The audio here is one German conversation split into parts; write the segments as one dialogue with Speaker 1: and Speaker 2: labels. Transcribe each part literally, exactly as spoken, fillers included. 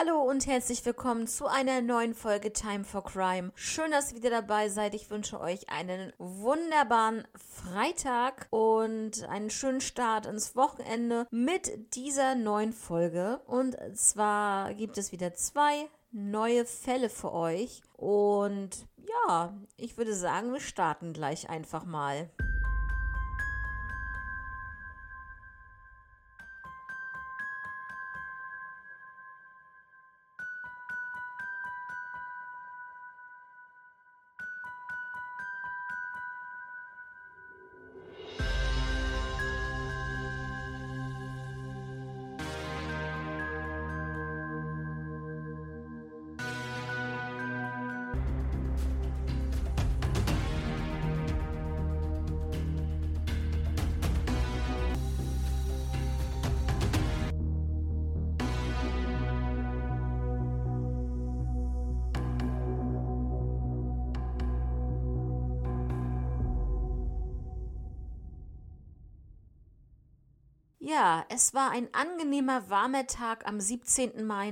Speaker 1: Hallo und herzlich willkommen zu einer neuen Folge Time for Crime. Schön, dass ihr wieder dabei seid. Ich wünsche euch einen wunderbaren Freitag und einen schönen Start ins Wochenende mit dieser neuen Folge. Und zwar gibt es wieder zwei neue Fälle für euch. Und ja, ich würde sagen, wir starten gleich einfach mal. Ja, es war ein angenehmer, warmer Tag am siebzehnten Mai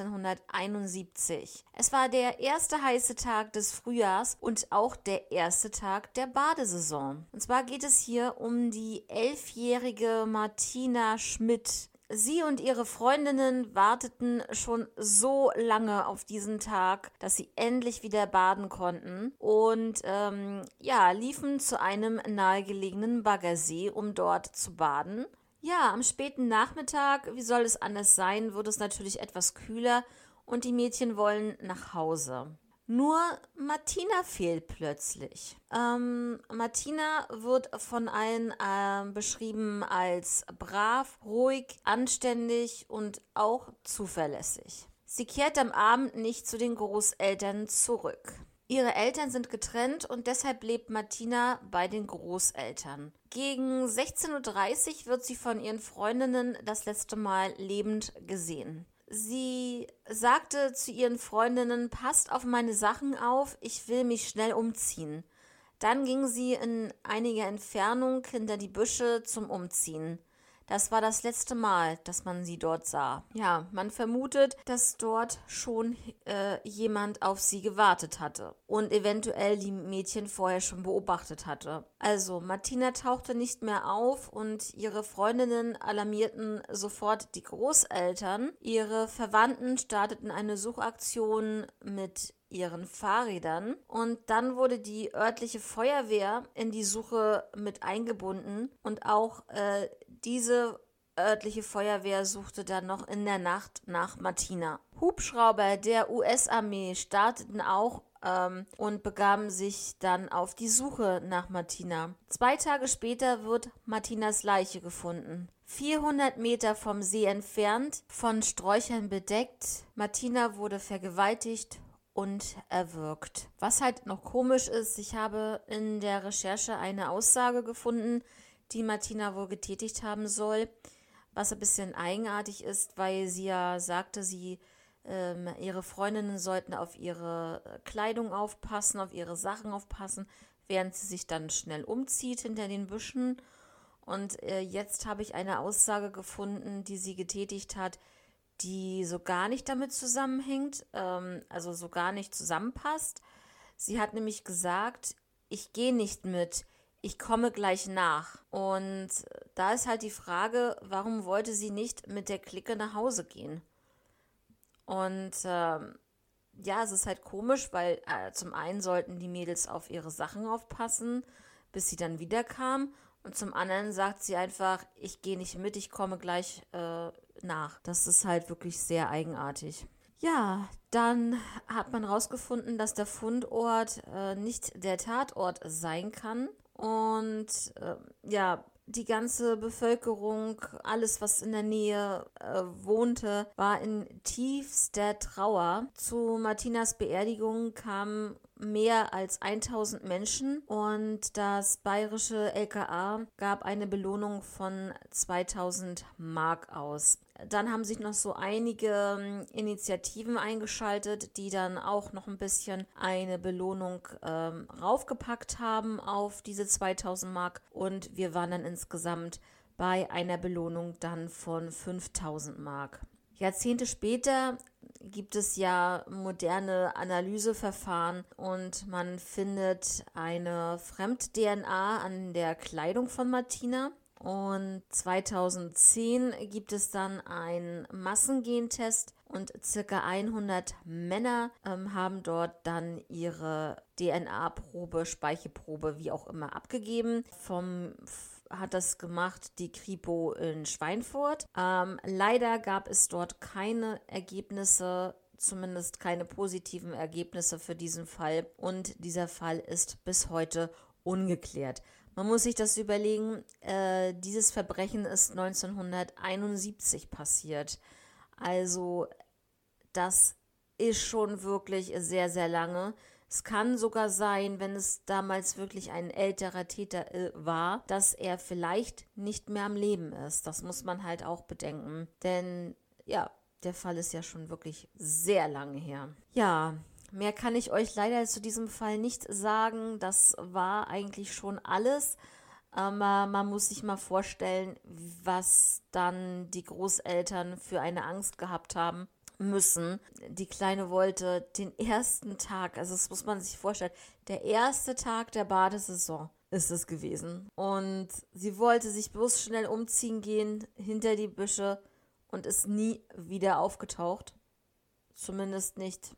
Speaker 1: neunzehnhunderteinundsiebzig. Es war der erste heiße Tag des Frühjahrs und auch der erste Tag der Badesaison. Und zwar geht es hier um die elfjährige Martina Schmidt. Sie und ihre Freundinnen warteten schon so lange auf diesen Tag, dass sie endlich wieder baden konnten und ähm, ja, liefen zu einem nahegelegenen Baggersee, um dort zu baden. Ja, am späten Nachmittag, wie soll es anders sein, wird es natürlich etwas kühler und die Mädchen wollen nach Hause. Nur Martina fehlt plötzlich. Ähm, Martina wird von allen äh, beschrieben als brav, ruhig, anständig und auch zuverlässig. Sie kehrt am Abend nicht zu den Großeltern zurück. Ihre Eltern sind getrennt und deshalb lebt Martina bei den Großeltern. Gegen sechzehn Uhr dreißig wird sie von ihren Freundinnen das letzte Mal lebend gesehen. Sie sagte zu ihren Freundinnen, passt auf meine Sachen auf, ich will mich schnell umziehen. Dann ging sie in einiger Entfernung hinter die Büsche zum Umziehen. Das war das letzte Mal, dass man sie dort sah. Ja, man vermutet, dass dort schon äh, jemand auf sie gewartet hatte und eventuell die Mädchen vorher schon beobachtet hatte. Also, Martina tauchte nicht mehr auf und ihre Freundinnen alarmierten sofort die Großeltern. Ihre Verwandten starteten eine Suchaktion mit ihren Fahrrädern und dann wurde die örtliche Feuerwehr in die Suche mit eingebunden und auch äh, diese örtliche Feuerwehr suchte dann noch in der Nacht nach Martina. Hubschrauber der U S-Armee starteten auch ähm, und begaben sich dann auf die Suche nach Martina. Zwei Tage später wird Martinas Leiche gefunden. vierhundert Meter vom See entfernt, von Sträuchern bedeckt. Martina wurde vergewaltigt und erwürgt. Was halt noch komisch ist, ich habe in der Recherche eine Aussage gefunden, die Martina wohl getätigt haben soll, was ein bisschen eigenartig ist, weil sie ja sagte, sie ähm, ihre Freundinnen sollten auf ihre Kleidung aufpassen, auf ihre Sachen aufpassen, während sie sich dann schnell umzieht hinter den Büschen. Und äh, jetzt habe ich eine Aussage gefunden, die sie getätigt hat, die so gar nicht damit zusammenhängt, ähm, also so gar nicht zusammenpasst. Sie hat nämlich gesagt, ich gehe nicht mit, ich komme gleich nach. Und da ist halt die Frage, warum wollte sie nicht mit der Clique nach Hause gehen? Und ähm, ja, es ist halt komisch, weil äh, zum einen sollten die Mädels auf ihre Sachen aufpassen, bis sie dann wiederkam. Und zum anderen sagt sie einfach, ich gehe nicht mit, ich komme gleich äh, nach. Das ist halt wirklich sehr eigenartig. Ja, dann hat man herausgefunden, dass der Fundort äh, nicht der Tatort sein kann. Und äh, ja, die ganze Bevölkerung, alles, was in der Nähe äh, wohnte, war in tiefster Trauer. Zu Martinas Beerdigung kamen mehr als tausend Menschen und das bayerische L K A gab eine Belohnung von zweitausend Mark aus. Dann haben sich noch so einige ähm, Initiativen eingeschaltet, die dann auch noch ein bisschen eine Belohnung ähm, raufgepackt haben auf diese zweitausend Mark und wir waren dann insgesamt bei einer Belohnung dann von fünftausend Mark. Jahrzehnte später gibt es ja moderne Analyseverfahren und man findet eine Fremd-D N A an der Kleidung von Martina. Und zweitausendzehn gibt es dann einen Massengentest und circa hundert Männer ähm, haben dort dann ihre D N A-Probe, Speichelprobe, wie auch immer, abgegeben. Vom hat das gemacht die Kripo in Schweinfurt. Ähm, leider gab es dort keine Ergebnisse, zumindest keine positiven Ergebnisse für diesen Fall. Und dieser Fall ist bis heute ungeklärt. Man muss sich das überlegen, äh, dieses Verbrechen ist neunzehnhunderteinundsiebzig passiert. Also das ist schon wirklich sehr, sehr lange. Es kann sogar sein, wenn es damals wirklich ein älterer Täter äh, war, dass er vielleicht nicht mehr am Leben ist. Das muss man halt auch bedenken. Denn ja, der Fall ist ja schon wirklich sehr lange her. Ja, mehr kann ich euch leider zu diesem Fall nicht sagen. Das war eigentlich schon alles. Aber man muss sich mal vorstellen, was dann die Großeltern für eine Angst gehabt haben müssen. Die Kleine wollte den ersten Tag, also das muss man sich vorstellen, der erste Tag der Badesaison ist es gewesen. Und sie wollte sich bloß schnell umziehen gehen hinter die Büsche und ist nie wieder aufgetaucht. Zumindest nicht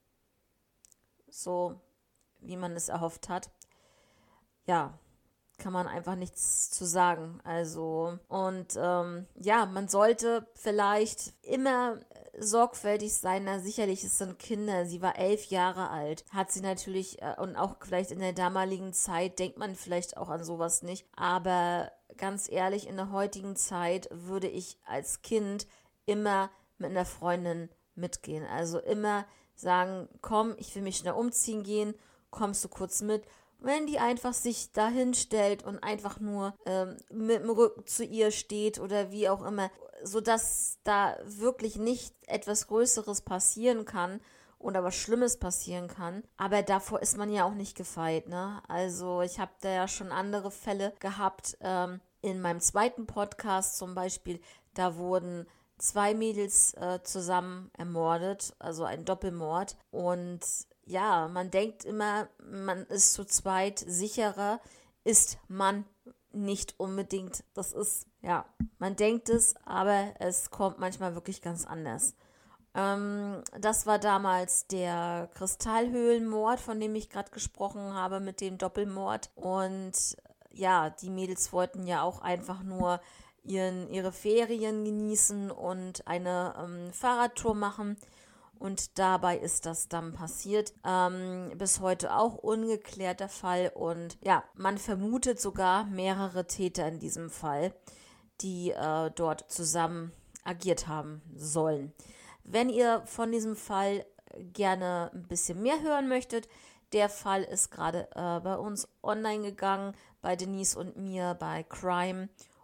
Speaker 1: so, wie man es erhofft hat. Ja, kann man einfach nichts zu sagen. Also, und ähm, ja, man sollte vielleicht immer sorgfältig sein. Na, sicherlich, es sind Kinder. Sie war elf Jahre alt. Hat sie natürlich, äh, und auch vielleicht in der damaligen Zeit denkt man vielleicht auch an sowas nicht. Aber ganz ehrlich, in der heutigen Zeit würde ich als Kind immer mit einer Freundin mitgehen. Also immer sagen, komm, ich will mich schnell umziehen gehen, kommst du kurz mit. Wenn die einfach sich dahin stellt und einfach nur ähm, mit dem Rücken zu ihr steht oder wie auch immer, sodass da wirklich nicht etwas Größeres passieren kann oder was Schlimmes passieren kann. Aber davor ist man ja auch nicht gefeit, ne? Also ich habe da ja schon andere Fälle gehabt. Ähm, in meinem zweiten Podcast zum Beispiel, da wurden zwei Mädels äh, zusammen ermordet, also ein Doppelmord. Und ja, man denkt immer, man ist zu zweit sicherer, ist man nicht unbedingt. Das ist, ja, man denkt es, aber es kommt manchmal wirklich ganz anders. Ähm, das war damals der Kristallhöhlenmord, von dem ich gerade gesprochen habe, mit dem Doppelmord. Und ja, die Mädels wollten ja auch einfach nur ihren, ihre Ferien genießen und eine ähm, Fahrradtour machen. Und dabei ist das dann passiert. Ähm, bis heute auch ungeklärter Fall. Und ja, man vermutet sogar mehrere Täter in diesem Fall, die äh, dort zusammen agiert haben sollen. Wenn ihr von diesem Fall gerne ein bisschen mehr hören möchtet, der Fall ist gerade äh, bei uns online gegangen, bei Denise und mir bei Crime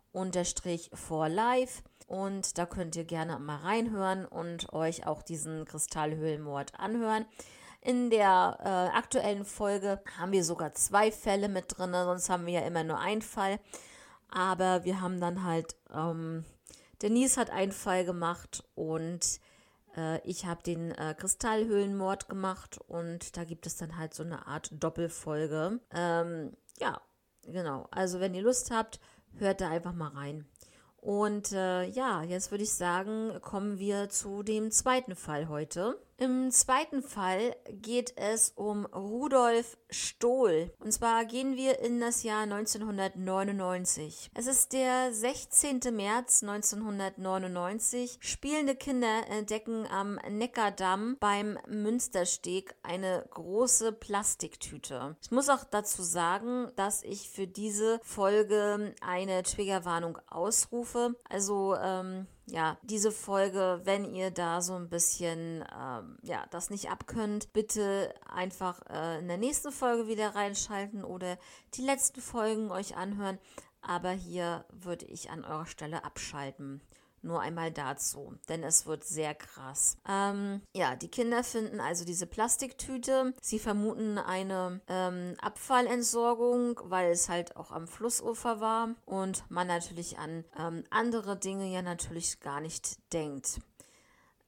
Speaker 1: for Life. Und da könnt ihr gerne mal reinhören und euch auch diesen Kristallhöhlenmord anhören. In der äh, aktuellen Folge haben wir sogar zwei Fälle mit drin, sonst haben wir ja immer nur einen Fall. Aber wir haben dann halt, ähm, Denise hat einen Fall gemacht und äh, ich habe den äh, Kristallhöhlenmord gemacht und da gibt es dann halt so eine Art Doppelfolge. Ähm, ja, genau. Also wenn ihr Lust habt, hört da einfach mal rein. Und äh, ja, jetzt würde ich sagen, kommen wir zu dem zweiten Fall heute. Im zweiten Fall geht es um Rudolf Stohl. Und zwar gehen wir in das Jahr neunzehnhundertneunundneunzig. Es ist der sechzehnten März neunzehnhundertneunundneunzig. Spielende Kinder entdecken am Neckardamm beim Münstersteg eine große Plastiktüte. Ich muss auch dazu sagen, dass ich für diese Folge eine Triggerwarnung ausrufe. Also, ähm, ja, diese Folge, wenn ihr da so ein bisschen, ähm, ja, das nicht abkönnt, bitte einfach äh, in der nächsten Folge wieder reinschalten oder die letzten Folgen euch anhören. Aber hier würde ich an eurer Stelle abschalten. Nur einmal dazu, denn es wird sehr krass. Ähm, ja, die Kinder finden also diese Plastiktüte. Sie vermuten eine ähm, Abfallentsorgung, weil es halt auch am Flussufer war und man natürlich an ähm, andere Dinge ja natürlich gar nicht denkt.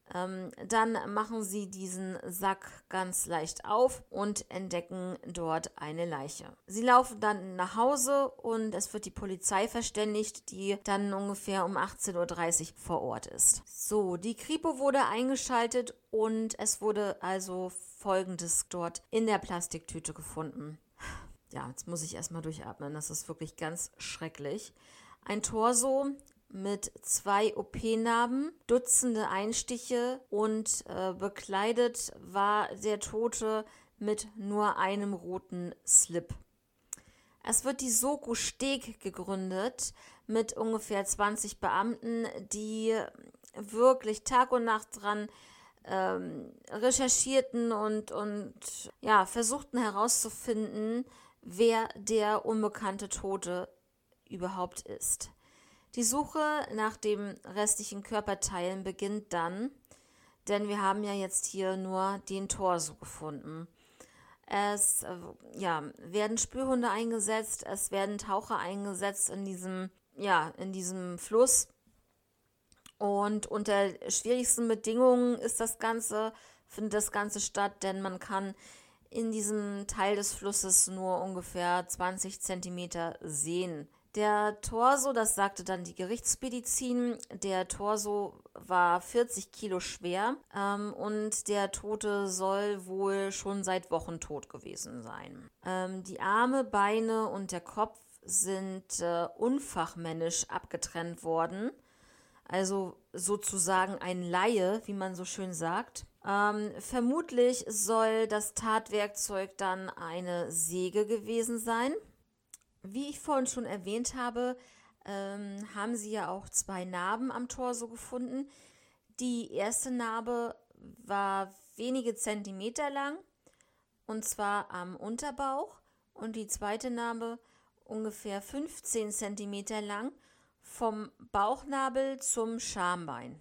Speaker 1: Ähm, dann machen sie diesen Sack ganz leicht auf und entdecken dort eine Leiche. Sie laufen dann nach Hause und es wird die Polizei verständigt, die dann ungefähr um achtzehn Uhr dreißig vor Ort ist. So, die Kripo wurde eingeschaltet und es wurde also Folgendes dort in der Plastiktüte gefunden. Ja, jetzt muss ich erstmal durchatmen, das ist wirklich ganz schrecklich. Ein Torso mit zwei O P-Narben, Dutzende Einstiche und äh, bekleidet war der Tote mit nur einem roten Slip. Es wird die Soko Steg gegründet mit ungefähr zwanzig Beamten, die wirklich Tag und Nacht dran ähm, recherchierten und, und ja, versuchten herauszufinden, wer der unbekannte Tote überhaupt ist. Die Suche nach den restlichen Körperteilen beginnt dann, denn wir haben ja jetzt hier nur den Torso gefunden. Es äh, ja, werden Spürhunde eingesetzt, es werden Taucher eingesetzt in diesem, ja, in diesem Fluss. Und unter schwierigsten Bedingungen ist das Ganze, findet das Ganze statt, denn man kann in diesem Teil des Flusses nur ungefähr zwanzig Zentimeter sehen. Der Torso, das sagte dann die Gerichtsmedizin, der Torso war vierzig Kilo schwer ähm, und der Tote soll wohl schon seit Wochen tot gewesen sein. Ähm, die Arme, Beine und der Kopf sind äh, unfachmännisch abgetrennt worden, also sozusagen ein Laie, wie man so schön sagt. Ähm, vermutlich soll das Tatwerkzeug dann eine Säge gewesen sein. Wie ich vorhin schon erwähnt habe, ähm, haben sie ja auch zwei Narben am Torso gefunden. Die erste Narbe war wenige Zentimeter lang, und zwar am Unterbauch, und die zweite Narbe ungefähr fünfzehn Zentimeter lang vom Bauchnabel zum Schambein.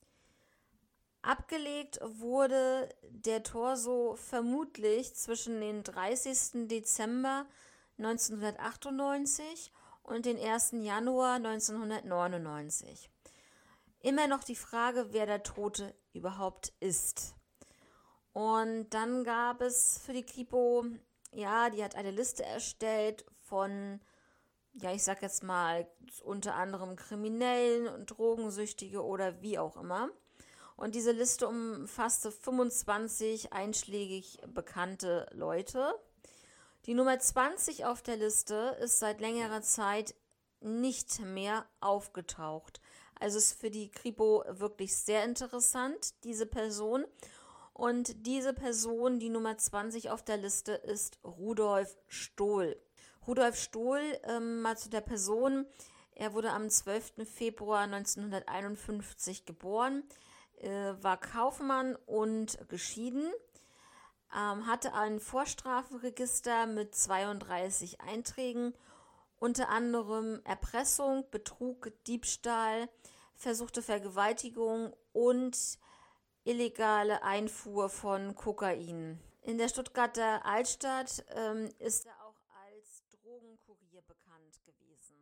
Speaker 1: Abgelegt wurde der Torso vermutlich zwischen den dreißigsten Dezember neunzehnhundertachtundneunzig und den ersten Januar neunzehnhundertneunundneunzig. Immer noch die Frage, wer der Tote überhaupt ist. Und dann gab es für die Kripo, ja, die hat eine Liste erstellt von, ja, ich sag jetzt mal, unter anderem Kriminellen und Drogensüchtige oder wie auch immer. Und diese Liste umfasste fünfundzwanzig einschlägig bekannte Leute. Die Nummer zwanzig auf der Liste ist seit längerer Zeit nicht mehr aufgetaucht. Also ist für die Kripo wirklich sehr interessant, diese Person. Und diese Person, die Nummer zwanzig auf der Liste, ist Rudolf Stohl. Rudolf Stohl, ähm, mal zu der Person, er wurde am zwölften Februar neunzehnhunderteinundfünfzig geboren, äh, war Kaufmann und geschieden. Ähm, hatte ein Vorstrafenregister mit zweiunddreißig Einträgen, unter anderem Erpressung, Betrug, Diebstahl, versuchte Vergewaltigung und illegale Einfuhr von Kokain. In der Stuttgarter Altstadt ähm, ist er auch als Drogenkurier bekannt gewesen.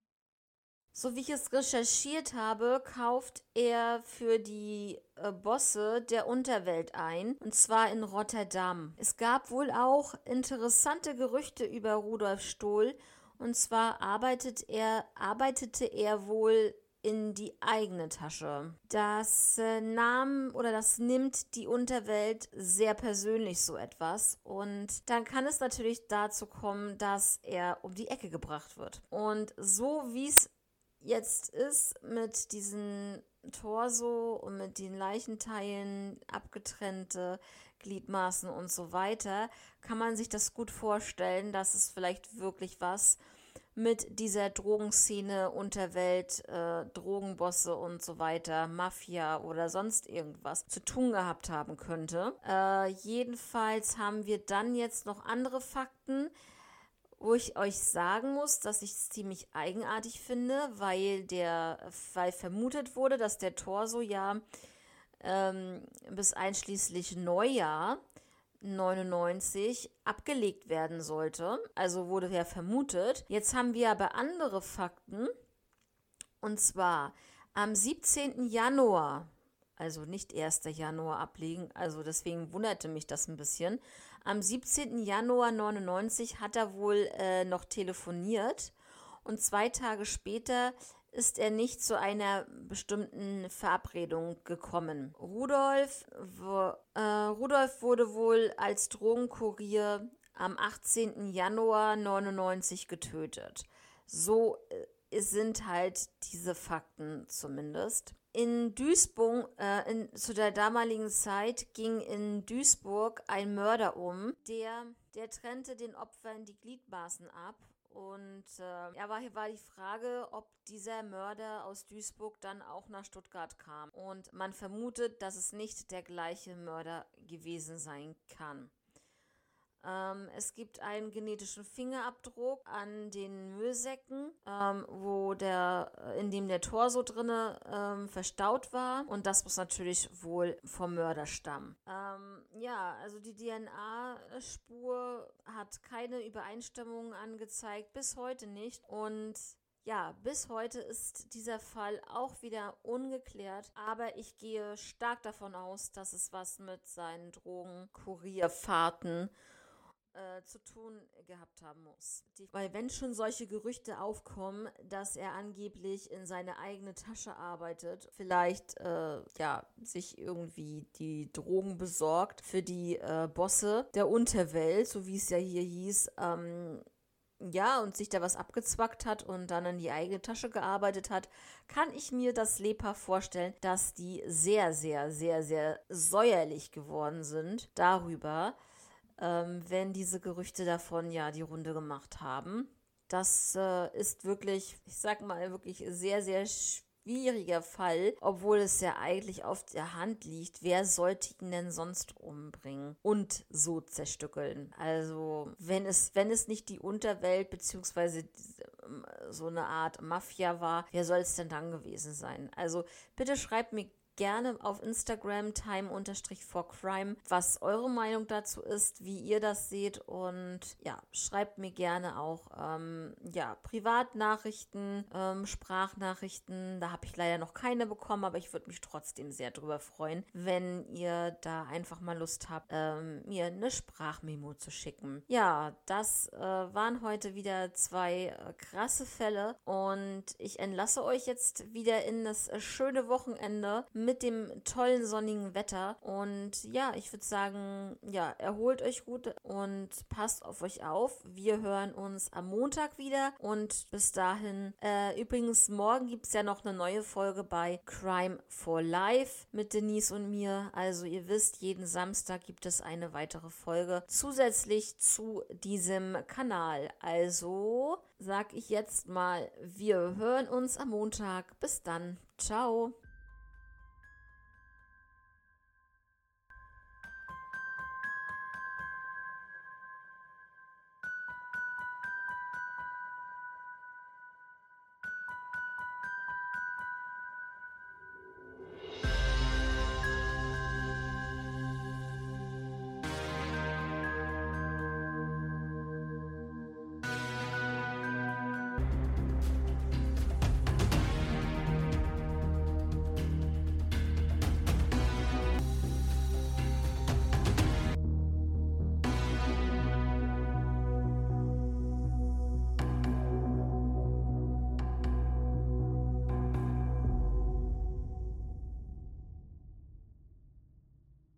Speaker 1: So wie ich es recherchiert habe, kauft er für die äh, Bosse der Unterwelt ein, und zwar in Rotterdam. Es gab wohl auch interessante Gerüchte über Rudolf Stohl, und zwar arbeitet er, arbeitete er wohl in die eigene Tasche. Das äh, nahm oder das nimmt die Unterwelt sehr persönlich, so etwas, und dann kann es natürlich dazu kommen, dass er um die Ecke gebracht wird. Und so wie es jetzt ist mit diesem Torso und mit den Leichenteilen, abgetrennte Gliedmaßen und so weiter, kann man sich das gut vorstellen, dass es vielleicht wirklich was mit dieser Drogenszene, Unterwelt, äh, Drogenbosse und so weiter, Mafia oder sonst irgendwas zu tun gehabt haben könnte. Äh, jedenfalls haben wir dann jetzt noch andere Fakten, wo ich euch sagen muss, dass ich es ziemlich eigenartig finde, weil der, weil vermutet wurde, dass der Torso ja ähm, bis einschließlich Neujahr neunundneunzig abgelegt werden sollte. Also wurde ja vermutet. Jetzt haben wir aber andere Fakten. Und zwar am siebzehnten Januar, also nicht erster Januar ablegen. Also deswegen wunderte mich das ein bisschen. Am siebzehnten Januar neunundneunzig hat er wohl äh, noch telefoniert und zwei Tage später ist er nicht zu einer bestimmten Verabredung gekommen. Rudolf, wo, äh, Rudolf wurde wohl als Drogenkurier am achtzehnten Januar neunundneunzig getötet. So äh, sind halt diese Fakten zumindest. In Duisburg, äh, in, zu der damaligen Zeit, ging in Duisburg ein Mörder um, der, der trennte den Opfern die Gliedmaßen ab. Und äh, ja, war, war die Frage, ob dieser Mörder aus Duisburg dann auch nach Stuttgart kam. Und man vermutet, dass es nicht der gleiche Mörder gewesen sein kann. Ähm, es gibt einen genetischen Fingerabdruck an den Müllsäcken, ähm, wo der, in dem der Torso drinne ähm, verstaut war. Und das muss natürlich wohl vom Mörder stammen. Ähm, ja, also die D N A-Spur hat keine Übereinstimmungen angezeigt, bis heute nicht. Und ja, bis heute ist dieser Fall auch wieder ungeklärt, aber ich gehe stark davon aus, dass es was mit seinen Drogenkurierfahrten äh, zu tun gehabt haben muss. Die, weil wenn schon solche Gerüchte aufkommen, dass er angeblich in seine eigene Tasche arbeitet, vielleicht äh, ja sich irgendwie die Drogen besorgt für die äh, Bosse der Unterwelt, so wie es ja hier hieß, ähm, ja, und sich da was abgezwackt hat und dann in die eigene Tasche gearbeitet hat, kann ich mir das lebhaft vorstellen, dass die sehr, sehr, sehr, sehr säuerlich geworden sind darüber, ähm, wenn diese Gerüchte davon ja die Runde gemacht haben. Das äh, ist wirklich, ich sag mal, wirklich sehr, sehr schwieriger Fall, obwohl es ja eigentlich auf der Hand liegt. Wer sollte ihn denn sonst umbringen und so zerstückeln? Also, wenn es, wenn es nicht die Unterwelt beziehungsweise so eine Art Mafia war, wer soll es denn dann gewesen sein? Also, bitte schreibt mir gerne auf Instagram time-for-crime, was eure Meinung dazu ist, wie ihr das seht, und ja, schreibt mir gerne auch ähm, ja, Privatnachrichten, ähm, Sprachnachrichten, da habe ich leider noch keine bekommen, aber ich würde mich trotzdem sehr drüber freuen, wenn ihr da einfach mal Lust habt, ähm, mir eine Sprachmemo zu schicken. Ja, das äh, waren heute wieder zwei äh, krasse Fälle und ich entlasse euch jetzt wieder in das äh, schöne Wochenende mit dem tollen sonnigen Wetter. Und ja, ich würde sagen, ja, erholt euch gut und passt auf euch auf. Wir hören uns am Montag wieder und bis dahin, äh, übrigens, morgen gibt es ja noch eine neue Folge bei Crime for Life mit Denise und mir. Also ihr wisst, jeden Samstag gibt es eine weitere Folge zusätzlich zu diesem Kanal. Also sag ich jetzt mal, wir hören uns am Montag. Bis dann. Ciao.